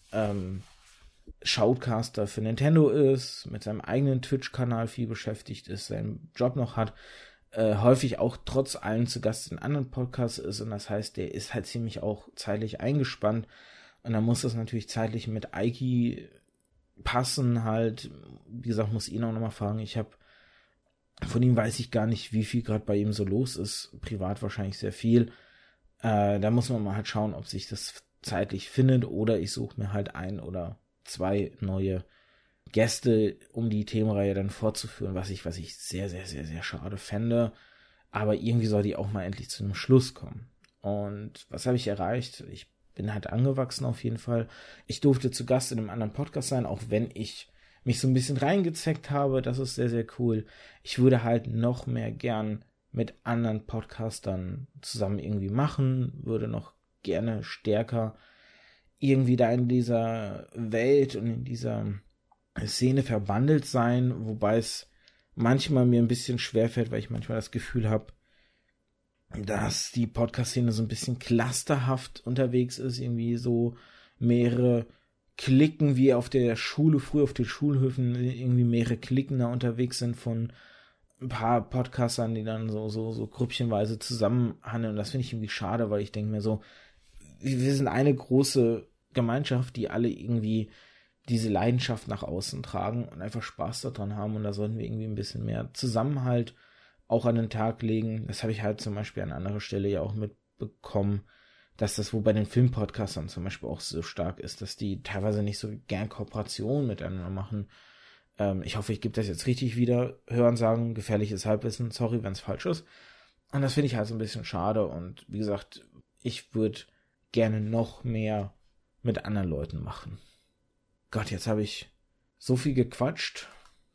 Shoutcaster für Nintendo ist, mit seinem eigenen Twitch-Kanal viel beschäftigt ist, seinen Job noch hat, häufig auch trotz allem zu Gast in anderen Podcasts ist und das heißt, der ist halt ziemlich auch zeitlich eingespannt und dann muss das natürlich zeitlich mit Eiki passen halt, wie gesagt, muss ihn auch nochmal fragen, ich habe Von ihm weiß ich gar nicht, wie viel gerade bei ihm so los ist. Privat wahrscheinlich sehr viel. Da muss man mal halt schauen, ob sich das zeitlich findet, oder ich suche mir halt 1 oder 2 neue Gäste, um die Themenreihe dann fortzuführen, was ich sehr, sehr, sehr, sehr schade fände. Aber irgendwie soll die auch mal endlich zu einem Schluss kommen. Und was habe ich erreicht? Ich bin halt angewachsen auf jeden Fall. Ich durfte zu Gast in einem anderen Podcast sein, auch wenn ich mich so ein bisschen reingezeckt habe. Das ist sehr, sehr cool. Ich würde halt noch mehr gern mit anderen Podcastern zusammen irgendwie machen, würde noch gerne stärker irgendwie da in dieser Welt und in dieser Szene verbandelt sein, wobei es manchmal mir ein bisschen schwerfällt, weil ich manchmal das Gefühl habe, dass die Podcast-Szene so ein bisschen clusterhaft unterwegs ist, irgendwie so mehrere Cliquen wie auf der Schule, früher auf den Schulhöfen, irgendwie mehrere Cliquen da unterwegs sind von ein paar Podcastern, die dann so grüppchenweise zusammenhandeln. Und das finde ich irgendwie schade, weil ich denke mir so, wir sind eine große Gemeinschaft, die alle irgendwie diese Leidenschaft nach außen tragen und einfach Spaß daran haben. Und da sollten wir irgendwie ein bisschen mehr Zusammenhalt auch an den Tag legen. Das habe ich halt zum Beispiel an anderer Stelle ja auch mitbekommen, dass das wohl bei den Filmpodcastern zum Beispiel auch so stark ist, dass die teilweise nicht so gern Kooperationen miteinander machen. Ich hoffe, ich gebe das jetzt richtig wieder. Hören, sagen, gefährliches Halbwissen. Sorry, wenn es falsch ist. Und das finde ich halt so ein bisschen schade. Und wie gesagt, ich würde gerne noch mehr mit anderen Leuten machen. Gott, jetzt habe ich so viel gequatscht,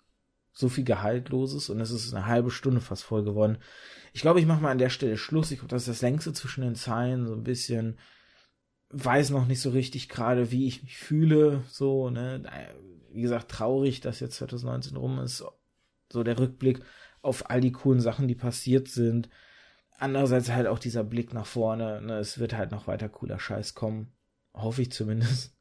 so viel Gehaltloses, und es ist eine halbe Stunde fast voll geworden. Ich glaube, ich mache mal an der Stelle Schluss. Ich glaube, das ist das längste zwischen den Zeilen, so ein bisschen, weiß noch nicht so richtig gerade, wie ich mich fühle, so, ne, wie gesagt, traurig, dass jetzt 2019 rum ist, so der Rückblick auf all die coolen Sachen, die passiert sind. Andererseits halt auch dieser Blick nach vorne, ne, es wird halt noch weiter cooler Scheiß kommen, hoffe ich zumindest.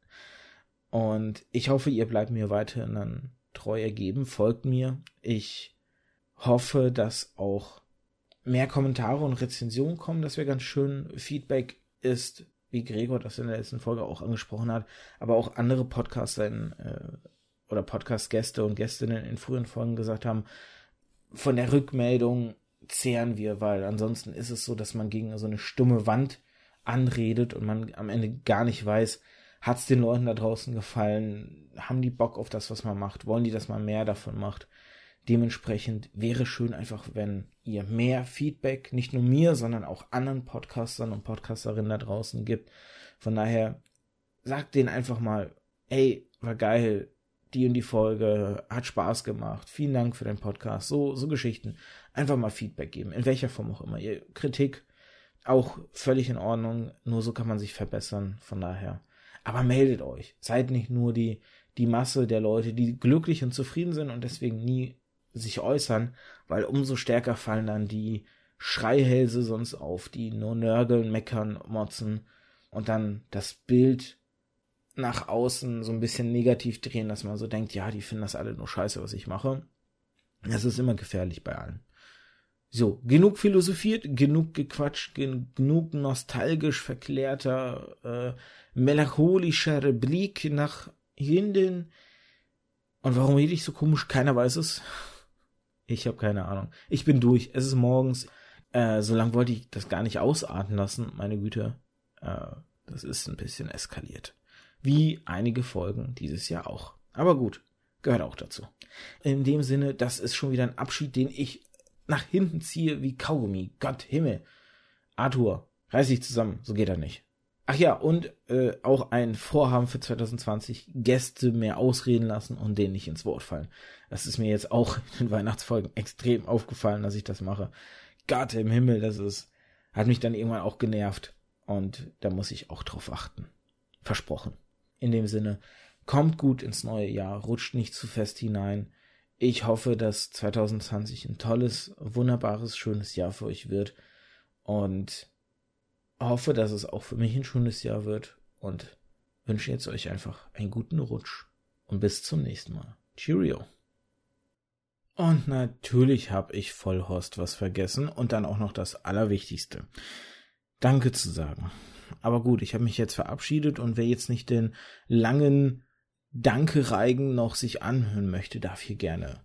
Und ich hoffe, ihr bleibt mir weiterhin dann treu ergeben, folgt mir. Ich hoffe, dass auch mehr Kommentare und Rezensionen kommen, das wäre ganz schön. Feedback ist, wie Gregor das in der letzten Folge auch angesprochen hat, aber auch andere Podcaster oder Podcast-Gäste und Gästinnen in früheren Folgen gesagt haben, von der Rückmeldung zehren wir, weil ansonsten ist es so, dass man gegen so eine stumme Wand anredet und man am Ende gar nicht weiß, hat es den Leuten da draußen gefallen, haben die Bock auf das, was man macht, wollen die, dass man mehr davon macht. Dementsprechend wäre schön einfach, wenn ihr mehr Feedback, nicht nur mir, sondern auch anderen Podcastern und Podcasterinnen da draußen gibt. Von daher, sagt denen einfach mal, ey, war geil, die und die Folge, hat Spaß gemacht, vielen Dank für den Podcast, so Geschichten. Einfach mal Feedback geben, in welcher Form auch immer. Ihr Kritik, auch völlig in Ordnung, nur so kann man sich verbessern, von daher. Aber meldet euch, seid nicht nur die Masse der Leute, die glücklich und zufrieden sind und deswegen nie sich äußern, weil umso stärker fallen dann die Schreihälse sonst auf, die nur nörgeln, meckern, motzen und dann das Bild nach außen so ein bisschen negativ drehen, dass man so denkt, ja, die finden das alle nur scheiße, was ich mache. Das ist immer gefährlich bei allen. So, genug philosophiert, genug gequatscht, genug nostalgisch verklärter, melancholischer Blick nach hinten. Und warum rede ich so komisch? Keiner weiß es. Ich habe keine Ahnung. Ich bin durch. Es ist morgens. So lange wollte ich das gar nicht ausarten lassen. Meine Güte. Das ist ein bisschen eskaliert. Wie einige Folgen dieses Jahr auch. Aber gut, gehört auch dazu. In dem Sinne, das ist schon wieder ein Abschied, den ich nach hinten ziehe wie Kaugummi. Gott Himmel. Arthur, reiß dich zusammen. So geht er nicht. Ach ja, und auch ein Vorhaben für 2020, Gäste mehr ausreden lassen und denen nicht ins Wort fallen. Das ist mir jetzt auch in den Weihnachtsfolgen extrem aufgefallen, dass ich das mache. Gott im Himmel, hat mich dann irgendwann auch genervt. Und da muss ich auch drauf achten. Versprochen. In dem Sinne, kommt gut ins neue Jahr, rutscht nicht zu fest hinein. Ich hoffe, dass 2020 ein tolles, wunderbares, schönes Jahr für euch wird. Und hoffe, dass es auch für mich ein schönes Jahr wird und wünsche jetzt euch einfach einen guten Rutsch und bis zum nächsten Mal. Cheerio. Und natürlich habe ich Vollhorst was vergessen und dann auch noch das Allerwichtigste. Danke zu sagen. Aber gut, ich habe mich jetzt verabschiedet und wer jetzt nicht den langen Danke-Reigen noch sich anhören möchte, darf hier gerne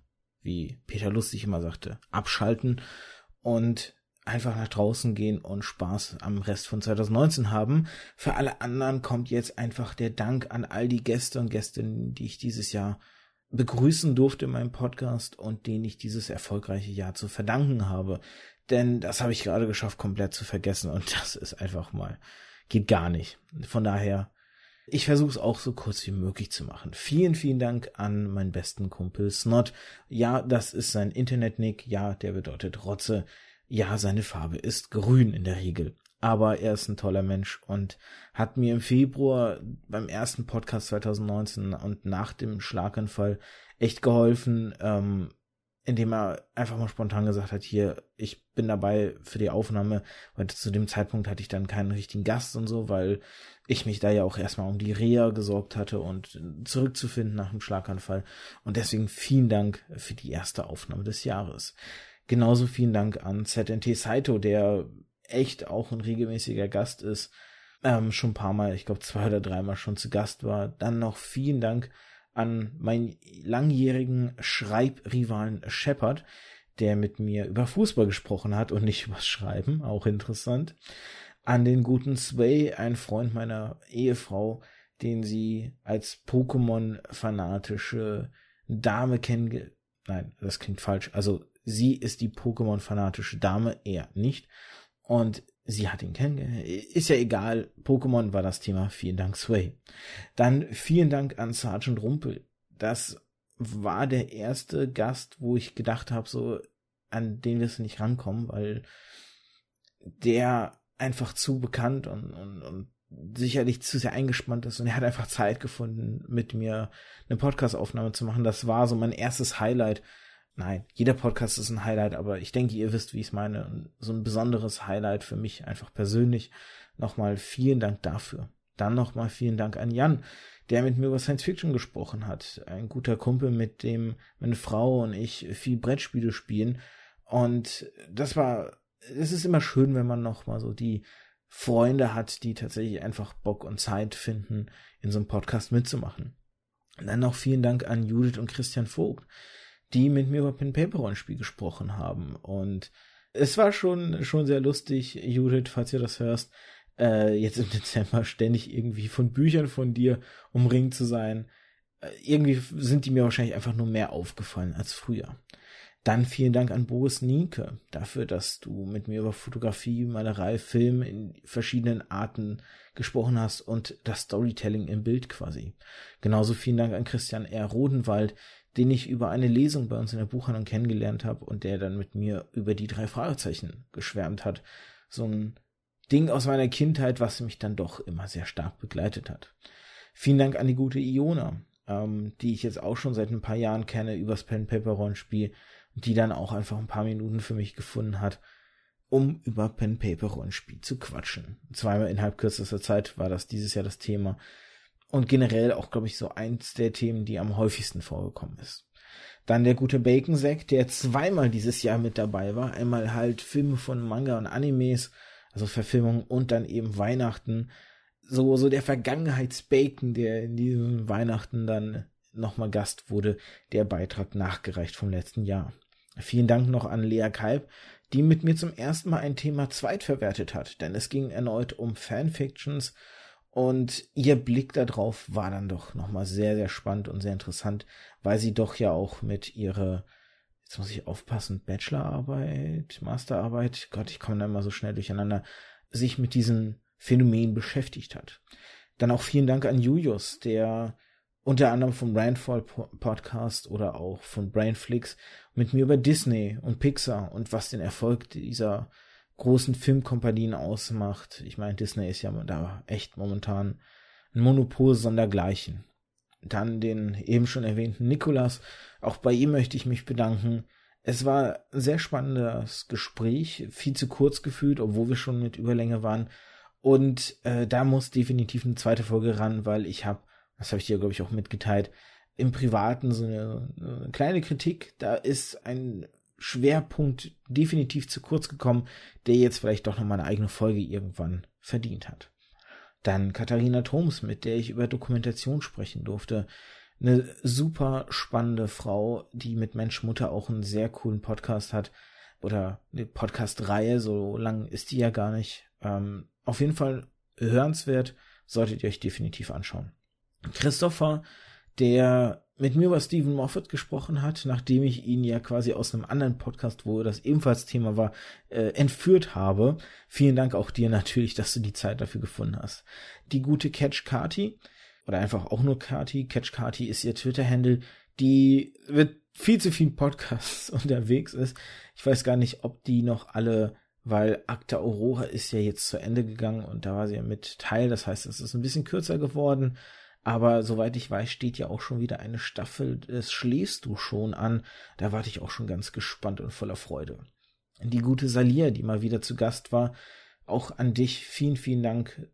wie Peter Lustig immer sagte, abschalten und einfach nach draußen gehen und Spaß am Rest von 2019 haben. Für alle anderen kommt jetzt einfach der Dank an all die Gäste und Gästinnen, die ich dieses Jahr begrüßen durfte in meinem Podcast und denen ich dieses erfolgreiche Jahr zu verdanken habe. Denn das habe ich gerade geschafft, komplett zu vergessen und das ist einfach mal, geht gar nicht. Von daher, ich versuche es auch so kurz wie möglich zu machen. Vielen, vielen Dank an meinen besten Kumpel Snot. Ja, das ist sein Internet-Nick. Ja, der bedeutet Rotze. Ja, seine Farbe ist grün in der Regel. Aber er ist ein toller Mensch und hat mir im Februar beim ersten Podcast 2019 und nach dem Schlaganfall echt geholfen, indem er einfach mal spontan gesagt hat, hier, ich bin dabei für die Aufnahme, weil zu dem Zeitpunkt hatte ich dann keinen richtigen Gast und so, weil ich mich da ja auch erstmal um die Reha gesorgt hatte und zurückzufinden nach dem Schlaganfall. Und deswegen vielen Dank für die erste Aufnahme des Jahres. Genauso vielen Dank an ZNT Saito, der echt auch ein regelmäßiger Gast ist, schon ein paar Mal, ich glaube 2 oder 3 Mal schon zu Gast war. Dann noch vielen Dank an meinen langjährigen Schreibrivalen Shepard, der mit mir über Fußball gesprochen hat und nicht übers Schreiben, auch interessant. An den guten Sway, ein Freund meiner Ehefrau, den sie als Pokémon-fanatische Dame Nein, das klingt falsch. Also sie ist die Pokémon-fanatische Dame, er nicht. Und sie hat ihn kennengelernt. Ist ja egal. Pokémon war das Thema. Vielen Dank, Sway. Dann vielen Dank an Sergeant Rumpel. Das war der erste Gast, wo ich gedacht habe, so, an den wirst du nicht rankommen, weil der einfach zu bekannt und sicherlich zu sehr eingespannt ist und er hat einfach Zeit gefunden, mit mir eine Podcast-Aufnahme zu machen. Das war so mein erstes Highlight. Nein, jeder Podcast ist ein Highlight, aber ich denke, ihr wisst, wie ich es meine. Und so ein besonderes Highlight für mich einfach persönlich. Nochmal vielen Dank dafür. Dann nochmal vielen Dank an Jan, der mit mir über Science Fiction gesprochen hat. Ein guter Kumpel, mit dem meine Frau und ich viel Brettspiele spielen. Und es ist immer schön, wenn man nochmal so die Freunde hat, die tatsächlich einfach Bock und Zeit finden, in so einem Podcast mitzumachen. Und dann noch vielen Dank an Judith und Christian Vogt, die mit mir über Pen-Paper-Rollenspiel gesprochen haben. Und es war schon sehr lustig, Judith, falls ihr das hörst, jetzt im Dezember ständig irgendwie von Büchern von dir umringt zu sein. Irgendwie sind die mir wahrscheinlich einfach nur mehr aufgefallen als früher. Dann vielen Dank an Boris Nienke dafür, dass du mit mir über Fotografie, Malerei, Film in verschiedenen Arten gesprochen hast und das Storytelling im Bild quasi. Genauso vielen Dank an Christian R. Rodenwald, den ich über eine Lesung bei uns in der Buchhandlung kennengelernt habe und der dann mit mir über die 3 Fragezeichen geschwärmt hat. So ein Ding aus meiner Kindheit, was mich dann doch immer sehr stark begleitet hat. Vielen Dank an die gute Iona, die ich jetzt auch schon seit ein paar Jahren kenne übers Pen-Paper-Rollenspiel, die dann auch einfach ein paar Minuten für mich gefunden hat, um über Pen-Paper-Rollenspiel zu quatschen. 2-mal innerhalb kürzester Zeit war das dieses Jahr das Thema und generell auch, glaube ich, so eins der Themen, die am häufigsten vorgekommen ist. Dann der gute Bacon-Sack, der 2-mal dieses Jahr mit dabei war. Einmal halt Filme von Manga und Animes, also Verfilmungen und dann eben Weihnachten. So der Vergangenheits-Bacon, der in diesem Weihnachten dann nochmal Gast wurde, der Beitrag nachgereicht vom letzten Jahr. Vielen Dank noch an Lea Kalb, die mit mir zum ersten Mal ein Thema zweitverwertet hat, denn es ging erneut um Fanfictions und ihr Blick darauf war dann doch nochmal sehr, sehr spannend und sehr interessant, weil sie doch ja auch mit ihrer, jetzt muss ich aufpassen, Bachelorarbeit, Masterarbeit, Gott, ich komme da immer so schnell durcheinander, sich mit diesem Phänomen beschäftigt hat. Dann auch vielen Dank an Julius, der unter anderem vom Brandfall Podcast oder auch von Brainflix mit mir über Disney und Pixar und was den Erfolg dieser großen Filmkompanien ausmacht. Ich meine, Disney ist ja da echt momentan ein Monopol sondergleichen. Dann den eben schon erwähnten Nikolas. Auch bei ihm möchte ich mich bedanken. Es war ein sehr spannendes Gespräch, viel zu kurz gefühlt, obwohl wir schon mit Überlänge waren. Und da muss definitiv eine zweite Folge ran, weil ich habe, das habe ich dir, glaube ich, auch mitgeteilt, im Privaten so eine kleine Kritik. Da ist ein Schwerpunkt definitiv zu kurz gekommen, der jetzt vielleicht doch nochmal eine eigene Folge irgendwann verdient hat. Dann Katharina Thoms, mit der ich über Dokumentation sprechen durfte. eine super spannende Frau, die mit Mensch Mutter auch einen sehr coolen Podcast hat. Oder eine Podcast-Reihe, so lang ist die ja gar nicht. Auf jeden Fall hörenswert, solltet ihr euch definitiv anschauen. Christopher, der mit mir über Stephen Moffat gesprochen hat, nachdem ich ihn ja quasi aus einem anderen Podcast, wo das ebenfalls Thema war, entführt habe. Vielen Dank auch dir natürlich, dass du die Zeit dafür gefunden hast. Die gute Catch Kati, oder einfach auch nur Kati, Catch Kati ist ihr Twitter-Handle, die wird viel zu vielen Podcasts unterwegs ist. Ich weiß gar nicht, ob die noch alle, weil Acta Aurora ist ja jetzt zu Ende gegangen und da war sie ja mit Teil, das heißt, es ist ein bisschen kürzer geworden. Aber soweit ich weiß, steht ja auch schon wieder eine Staffel des Schläfst du schon an. Da warte ich auch schon ganz gespannt und voller Freude. Die gute Salia, die mal wieder zu Gast war, auch an dich vielen, vielen Dank.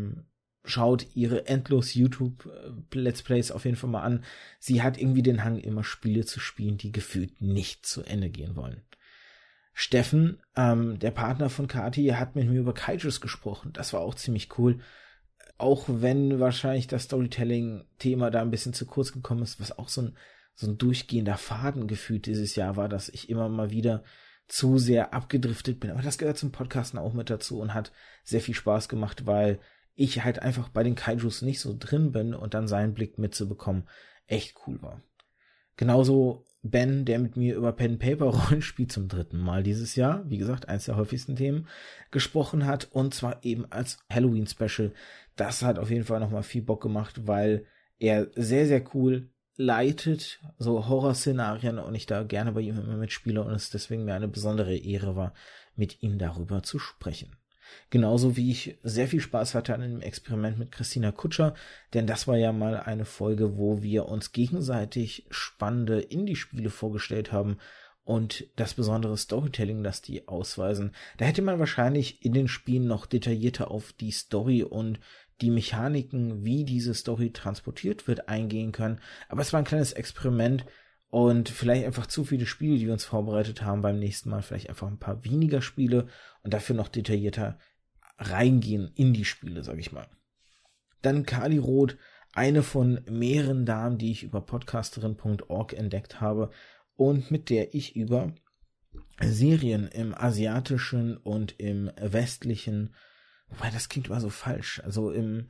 Schaut ihre endlos YouTube-Let's Plays auf jeden Fall mal an. Sie hat irgendwie den Hang, immer Spiele zu spielen, die gefühlt nicht zu Ende gehen wollen. Steffen, der Partner von Kati, hat mit mir über Kaijus gesprochen. Das war auch ziemlich cool. Auch wenn wahrscheinlich das Storytelling-Thema da ein bisschen zu kurz gekommen ist, was auch so ein durchgehender Faden gefühlt dieses Jahr war, dass ich immer mal wieder zu sehr abgedriftet bin. Aber das gehört zum Podcasten auch mit dazu und hat sehr viel Spaß gemacht, weil ich halt einfach bei den Kaijus nicht so drin bin und dann seinen Blick mitzubekommen echt cool war. Genauso Ben, der mit mir über Pen-Paper-Rollenspiel zum 3. Mal dieses Jahr, wie gesagt, eins der häufigsten Themen, gesprochen hat und zwar eben als Halloween-Special. Das hat auf jeden Fall nochmal viel Bock gemacht, weil er sehr, sehr cool leitet, so Horrorszenarien und ich da gerne bei ihm immer mitspiele und es deswegen mir eine besondere Ehre war, mit ihm darüber zu sprechen. Genauso wie ich sehr viel Spaß hatte an einem Experiment mit Christina Kutscher, denn das war ja mal eine Folge, wo wir uns gegenseitig spannende Indie-Spiele vorgestellt haben und das besondere Storytelling, das die ausweisen. Da hätte man wahrscheinlich in den Spielen noch detaillierter auf die Story und die Mechaniken, wie diese Story transportiert wird, eingehen können. Aber es war ein kleines Experiment und vielleicht einfach zu viele Spiele, die wir uns vorbereitet haben. Beim nächsten Mal vielleicht einfach ein paar weniger Spiele und dafür noch detaillierter reingehen in die Spiele, sag ich mal. Dann Kali Roth, eine von mehreren Damen, die ich über podcasterin.org entdeckt habe und mit der ich über Serien im asiatischen und im westlichen, wobei das klingt immer so falsch, also in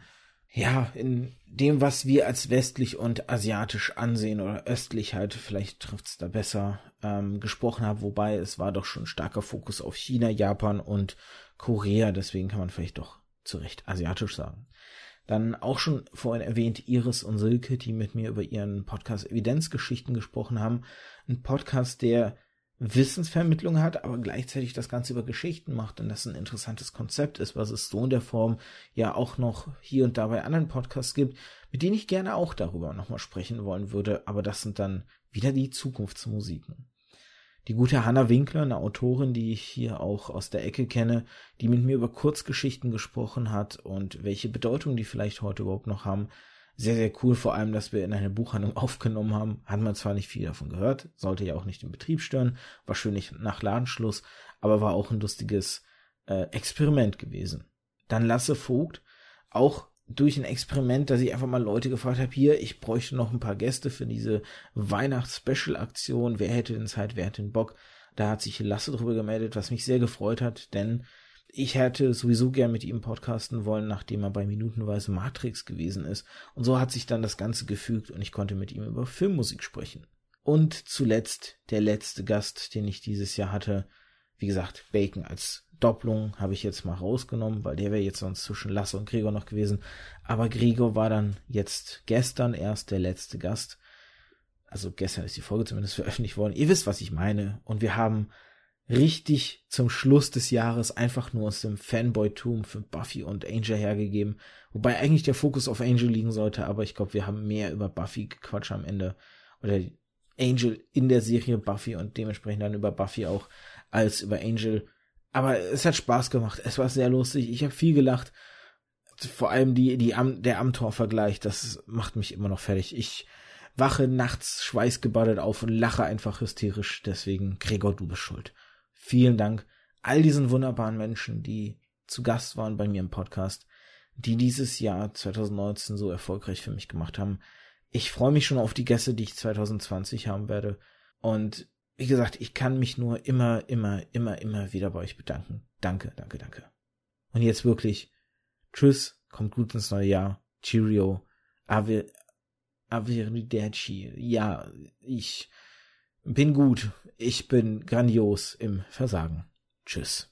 dem, was wir als westlich und asiatisch ansehen oder östlich halt, vielleicht trifft's da besser, gesprochen habe, wobei es war doch schon starker Fokus auf China, Japan und Korea, deswegen kann man vielleicht doch zu Recht asiatisch sagen. Dann auch schon vorhin erwähnt Iris und Silke, die mit mir über ihren Podcast Evidenzgeschichten gesprochen haben. Ein Podcast, der Wissensvermittlung hat, aber gleichzeitig das Ganze über Geschichten macht und das ein interessantes Konzept ist, was es so in der Form ja auch noch hier und da bei anderen Podcasts gibt, mit denen ich gerne auch darüber nochmal sprechen wollen würde, aber das sind dann wieder die Zukunftsmusiken. Die gute Hannah Winkler, eine Autorin, die ich hier auch aus der Ecke kenne, die mit mir über Kurzgeschichten gesprochen hat und welche Bedeutung die vielleicht heute überhaupt noch haben. Sehr, sehr cool, vor allem, dass wir in eine Buchhandlung aufgenommen haben. Hat man zwar nicht viel davon gehört, sollte ja auch nicht den Betrieb stören, war schön nicht nach Ladenschluss, aber war auch ein lustiges Experiment gewesen. Dann Lasse Vogt, auch durch ein Experiment, dass ich einfach mal Leute gefragt habe, hier, ich bräuchte noch ein paar Gäste für diese Weihnachts-Special-Aktion, wer hätte denn Zeit, wer hätte den Bock? Da hat sich Lasse drüber gemeldet, was mich sehr gefreut hat, denn ich hätte sowieso gern mit ihm podcasten wollen, nachdem er bei Minutenweise Matrix gewesen ist. Und so hat sich dann das Ganze gefügt und ich konnte mit ihm über Filmmusik sprechen. Und zuletzt der letzte Gast, den ich dieses Jahr hatte, wie gesagt, Bacon als Doppelung habe ich jetzt mal rausgenommen, weil der wäre jetzt sonst zwischen Lasse und Gregor noch gewesen. Aber Gregor war dann jetzt gestern erst der letzte Gast. Also gestern ist die Folge zumindest veröffentlicht worden. Ihr wisst, was ich meine. Und wir haben richtig zum Schluss des Jahres einfach nur aus dem Fanboy-Tum für Buffy und Angel hergegeben. Wobei eigentlich der Fokus auf Angel liegen sollte, aber ich glaube, wir haben mehr über Buffy gequatscht am Ende. Oder Angel in der Serie Buffy und dementsprechend dann über Buffy auch als über Angel. Aber es hat Spaß gemacht. Es war sehr lustig. Ich habe viel gelacht. Vor allem der Amtor-Vergleich, das macht mich immer noch fertig. Ich wache nachts schweißgebadet auf und lache einfach hysterisch. Deswegen, Gregor, du bist schuld. Vielen Dank all diesen wunderbaren Menschen, die zu Gast waren bei mir im Podcast, die dieses Jahr 2019 so erfolgreich für mich gemacht haben. Ich freue mich schon auf die Gäste, die ich 2020 haben werde. Und wie gesagt, ich kann mich nur immer wieder bei euch bedanken. Danke. Und jetzt wirklich, tschüss, kommt gut ins neue Jahr. Cheerio. Arrivederci. Ja, ich bin gut. Ich bin grandios im Versagen. Tschüss.